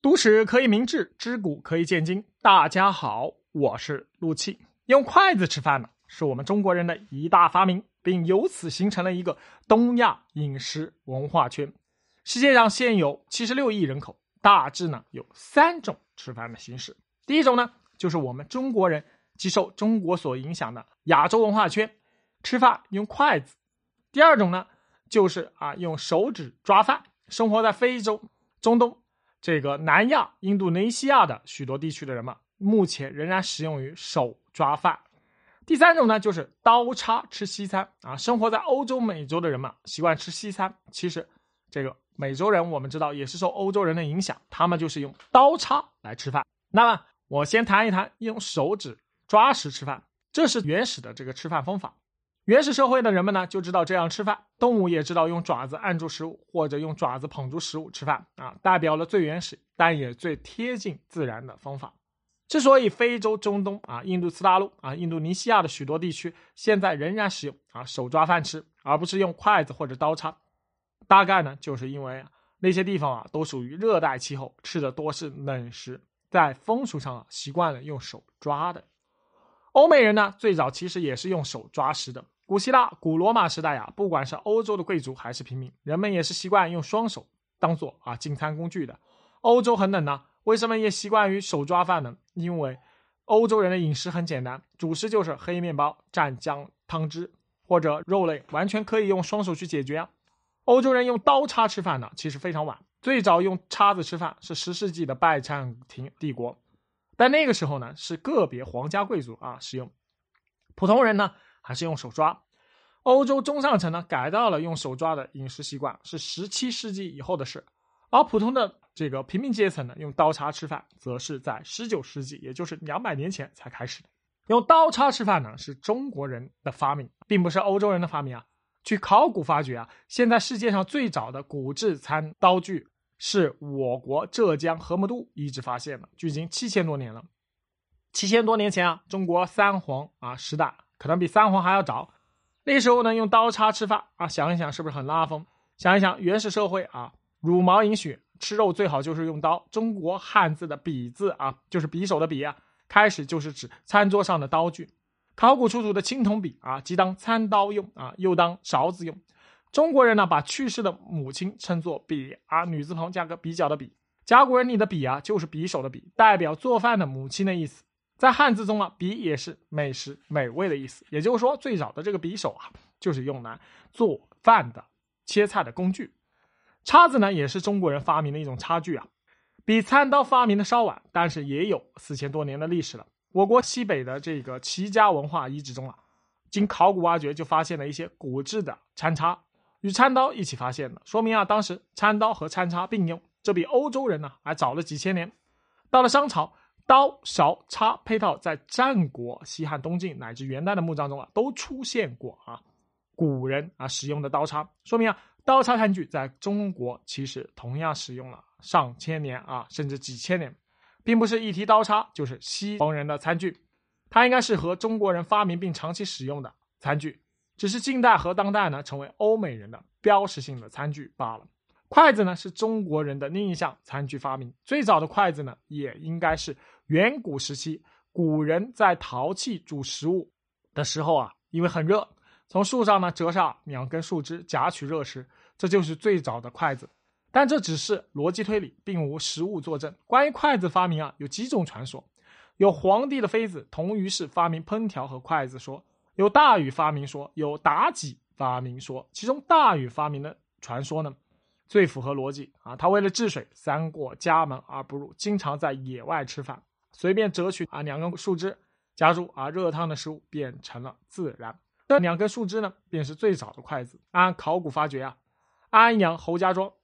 读史可以明志，知古可以鉴今。大家好，我是陆气。用筷子吃饭呢，是我们中国人的一大发明，并由此形成了一个东亚饮食文化圈。世界上现有76亿人口，大致呢有3种吃饭的形式。第一种呢，就是我们中国人既受中国所影响的亚洲文化圈，吃饭用筷子。第二种呢，就是用手指抓饭。生活在非洲、中东、南亚、印度尼西亚的许多地区的人们，目前仍然使用于手抓饭。第三种呢，就是刀叉吃西餐生活在欧洲、美洲的人们习惯吃西餐。其实美洲人我们知道也是受欧洲人的影响，他们就是用刀叉来吃饭。那么我先谈一谈用手指抓食吃饭，这是原始的吃饭方法。原始社会的人们呢，就知道这样吃饭，动物也知道用爪子按住食物或者用爪子捧住食物吃饭代表了最原始但也最贴近自然的方法。之所以非洲、中东印度次大陆印度尼西亚的许多地区现在仍然使用手抓饭吃，而不是用筷子或者刀叉，大概呢就是因为那些地方都属于热带气候，吃的多是冷食，在风俗上习惯了用手抓的。欧美人呢，最早其实也是用手抓食的。古希腊、古罗马时代不管是欧洲的贵族还是平民，人们也是习惯用双手当做进餐工具的。欧洲很冷呢，为什么也习惯于手抓饭呢？因为欧洲人的饮食很简单，主食就是黑面包蘸姜汤汁或者肉类，完全可以用双手去解决欧洲人用刀叉吃饭呢，其实非常晚，最早用叉子吃饭是10世纪的拜占庭帝国，但那个时候呢是个别皇家贵族使用，普通人呢还是用手抓。欧洲中上层呢改到了用手抓的饮食习惯，是17世纪以后的事，而普通的平民阶层呢用刀叉吃饭，则是在19世纪，也就是200年前才开始的。用刀叉吃饭呢是中国人的发明，并不是欧洲人的发明据考古发掘现在世界上最早的古制餐刀具是我国浙江河姆渡遗址发现的，距今7000多年了。7000多年前中国三皇时代可能比三皇还要早。那时候呢用刀叉吃饭想一想是不是很拉风？想一想原始社会茹毛饮血，吃肉最好就是用刀。中国汉字的笔字就是匕首的匕开始就是指餐桌上的刀具。考古出土的青铜笔既当餐刀用又当勺子用。中国人呢把去世的母亲称作比女字旁加个比较的比。甲骨文里的比就是匕首的比，代表做饭的母亲的意思。在汉字中比也是美食美味的意思，也就是说最早的这个匕首就是用来做饭的切菜的工具。叉子呢也是中国人发明的一种叉具比餐刀发明的稍晚，但是也有4000多年的历史了。我国西北的齐家文化遗址中经考古挖掘就发现了一些古制的餐叉，与餐刀一起发现的，说明当时餐刀和餐叉并用，这比欧洲人呢还早了几千年。到了商朝，刀、勺、叉配套在战国、西汉、东晋乃至元代的墓葬中都出现过古人使用的刀叉，说明刀叉餐具在中国其实同样使用了上千年甚至几千年，并不是一提刀叉就是西方人的餐具，它应该是和中国人发明并长期使用的餐具，只是近代和当代呢成为欧美人的标识性的餐具罢了。筷子呢是中国人的另一项餐具发明，最早的筷子呢也应该是远古时期古人在陶器煮食物的时候因为很热，从树上呢折下2根树枝夹取热食，这就是最早的筷子。但这只是逻辑推理，并无实物作证。关于筷子发明有几种传说，有皇帝的妃子同于是发明烹调和筷子说，有大禹发明说，有妲己发明说。其中大禹发明的传说呢最符合逻辑他为了治水，三过家门而不入，经常在野外吃饭，随便折取2根树枝夹住热烫的食物，变成了自然。这2根树枝呢便是最早的筷子。按考古发掘安阳侯家庄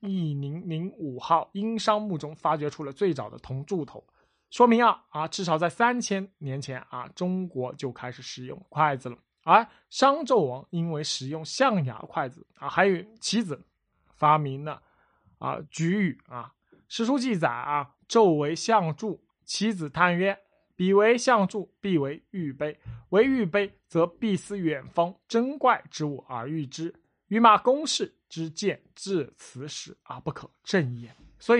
1005号殷商墓中发掘出了最早的铜柱头，说明至少在3000年前中国就开始使用筷子了。而商纣王因为使用象牙筷子还有棋子发明了举语史书记载纣为象柱，棋子叹曰：彼为象柱，必为玉杯，为玉杯则必思远方珍怪之物而喻之，与马公氏之见至此始不可证也。所以呢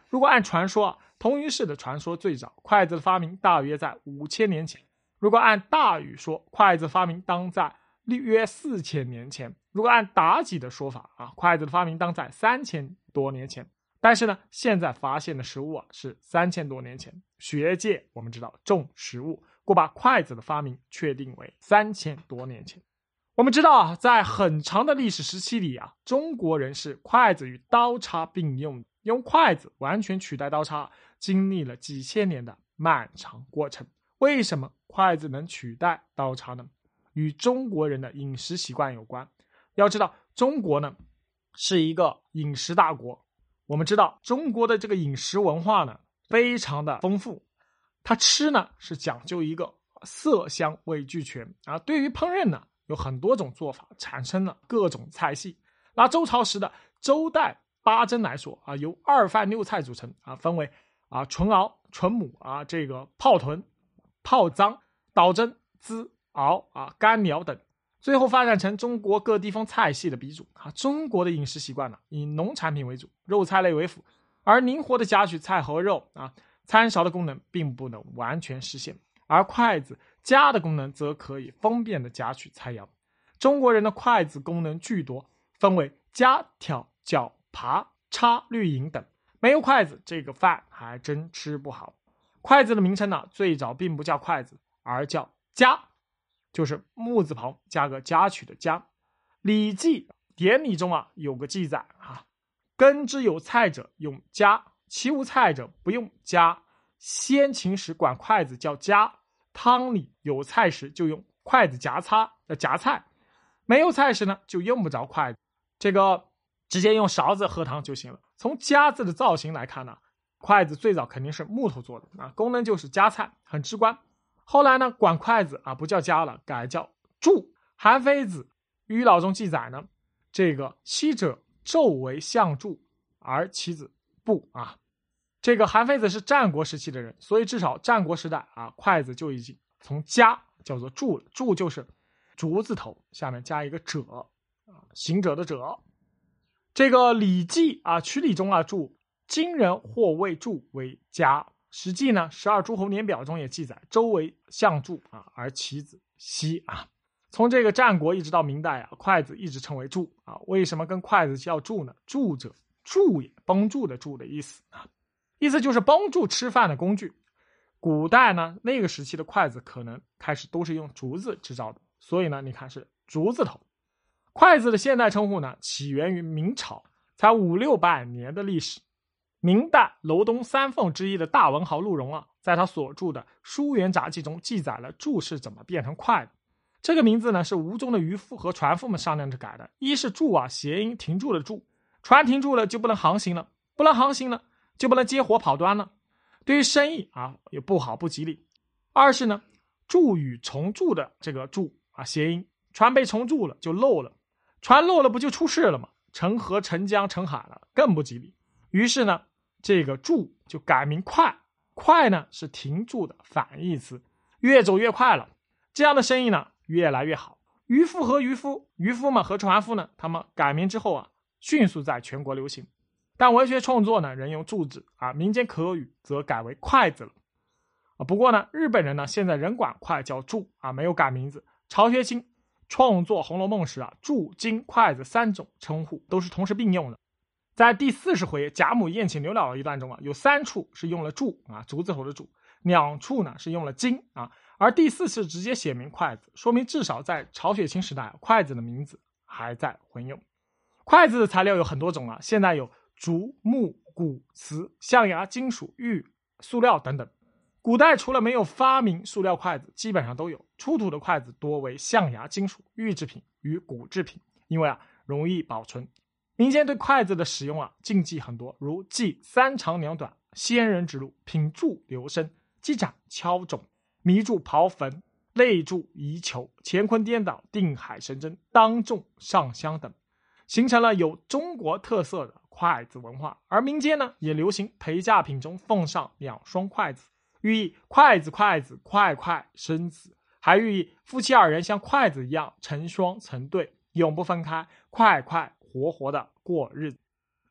如果按传说同于氏的传说最早，筷子的发明大约在5000年前。如果按大禹说，筷子发明当在约4000年前。如果按妲己的说法筷子的发明当在3000多年前。但是呢，现在发现的实物是3000多年前。学界我们知道重实物，故把筷子的发明确定为3000多年前。我们知道在很长的历史时期里中国人是筷子与刀叉并用，用筷子完全取代刀叉，经历了几千年的漫长过程。为什么筷子能取代刀叉呢？与中国人的饮食习惯有关。要知道中国呢是一个饮食大国，我们知道中国的这个饮食文化呢非常的丰富，它吃呢是讲究一个色香味俱全对于烹饪呢有很多种做法，产生了各种菜系。拿周朝时的周代八珍来说由2饭6菜组成分为纯熬、纯母这个泡豚、泡脏、倒蒸、滋、熬干苗等，最后发展成中国各地方菜系的鼻祖中国的饮食习惯呢以农产品为主，肉菜类为辅，而灵活的夹取菜和肉餐勺的功能并不能完全实现，而筷子夹的功能则可以方便的夹取菜肴。中国人的筷子功能巨多，分为夹、挑、搅、扒、叉、滤饮等，没有筷子这个饭还真吃不好。筷子的名称呢最早并不叫筷子，而叫夹，就是木字旁加个夹取的夹。礼记典礼中有个记载羹之有菜者用夹，其无菜者不用夹。先秦时管筷子叫夹，汤里有菜时就用筷子夹菜，没有菜时呢就用不着筷子，这个直接用勺子喝汤就行了。从夹字的造型来看呢，筷子最早肯定是木头做的功能就是夹菜，很直观。后来呢管筷子不叫夹了，改叫箸。韩非子语录中记载呢，这个昔者纣为相助，而其子布这个韩非子是战国时期的人，所以至少战国时代筷子就已经从夹叫做箸了。箸就是竹字头下面加一个者行者的者。这个礼记曲礼中注今人或谓箸为夹。史记呢12诸侯年表中也记载周为相助而其子西从这个战国一直到明代筷子一直称为箸为什么跟筷子叫箸呢？箸者助也，帮助的助的意思意思就是帮助吃饭的工具。古代呢那个时期的筷子可能开始都是用竹子制造的，所以呢你看是竹字头。筷子的现代称呼呢起源于明朝，才500-600年的历史。明代楼东三凤之一的大文豪陆荣在他所著的《书园杂记》中记载了箸是怎么变成筷的。这个名字呢是吴中的渔夫和船夫们商量着改的。一是箸谐音停住的住，船停住了就不能航行了，不能航行了就不能接活跑端了，对于生意也不好不吉利。二是呢柱与重铸的这个柱谐音，船被重铸了就漏了，船漏了不就出事了吗？成河成江成海了更不吉利。于是呢这个柱就改名快，快呢是停住的反义词，越走越快了，这样的生意呢越来越好。渔夫们和船夫呢，他们改名之后迅速在全国流行。但文学创作呢仍用柱字民间口语则改为筷子了不过呢日本人呢现在仍管筷叫柱没有改名字。曹雪芹创作《红楼梦》时柱、金、筷子3种称呼都是同时并用的。在第40回贾母宴请刘姥姥一段中有3处是用了柱竹字头的柱，2处呢是用了金而第4次直接写明筷子，说明至少在曹雪芹时代筷子的名字还在混用。筷子的材料有很多种现在有竹、木、骨、瓷、象牙、金属、玉、塑料等等。古代除了没有发明塑料筷子，基本上都有。出土的筷子多为象牙、金属、玉制品与骨制品，因为容易保存。民间对筷子的使用禁忌很多，如忌3长2短、仙人指路、品柱留声、击斩敲种、迷柱刨坟、泪柱移球、乾坤颠倒、定海神针、当众上香等，形成了有中国特色的筷子文化。而民间呢也流行陪嫁品中奉上2双筷子，寓意筷子筷快生子，还寓意夫妻2人像筷子一样成双成对，永不分开，快活活的过日子。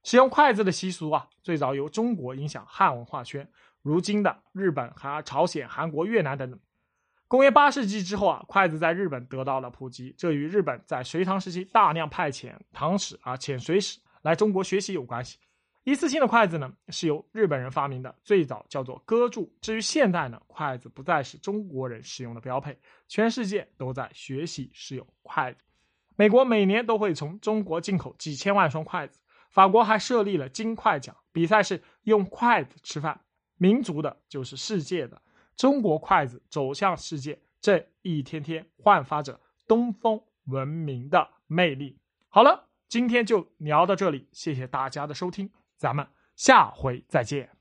使用筷子的习俗最早由中国影响汉文化圈，如今的日本和朝鲜、韩国、越南等等。公元8世纪之后筷子在日本得到了普及，这与日本在隋唐时期大量派遣唐使遣隋使来中国学习有关系。一次性的筷子呢，是由日本人发明的，最早叫做鸽柱。至于现代呢，筷子不再是中国人使用的标配，全世界都在学习使用筷子。美国每年都会从中国进口几千万双筷子，法国还设立了金筷奖，比赛是用筷子吃饭，民族的就是世界的。中国筷子走向世界，正一天天焕发着东风文明的魅力。好了，今天就聊到这里，谢谢大家的收听，咱们下回再见。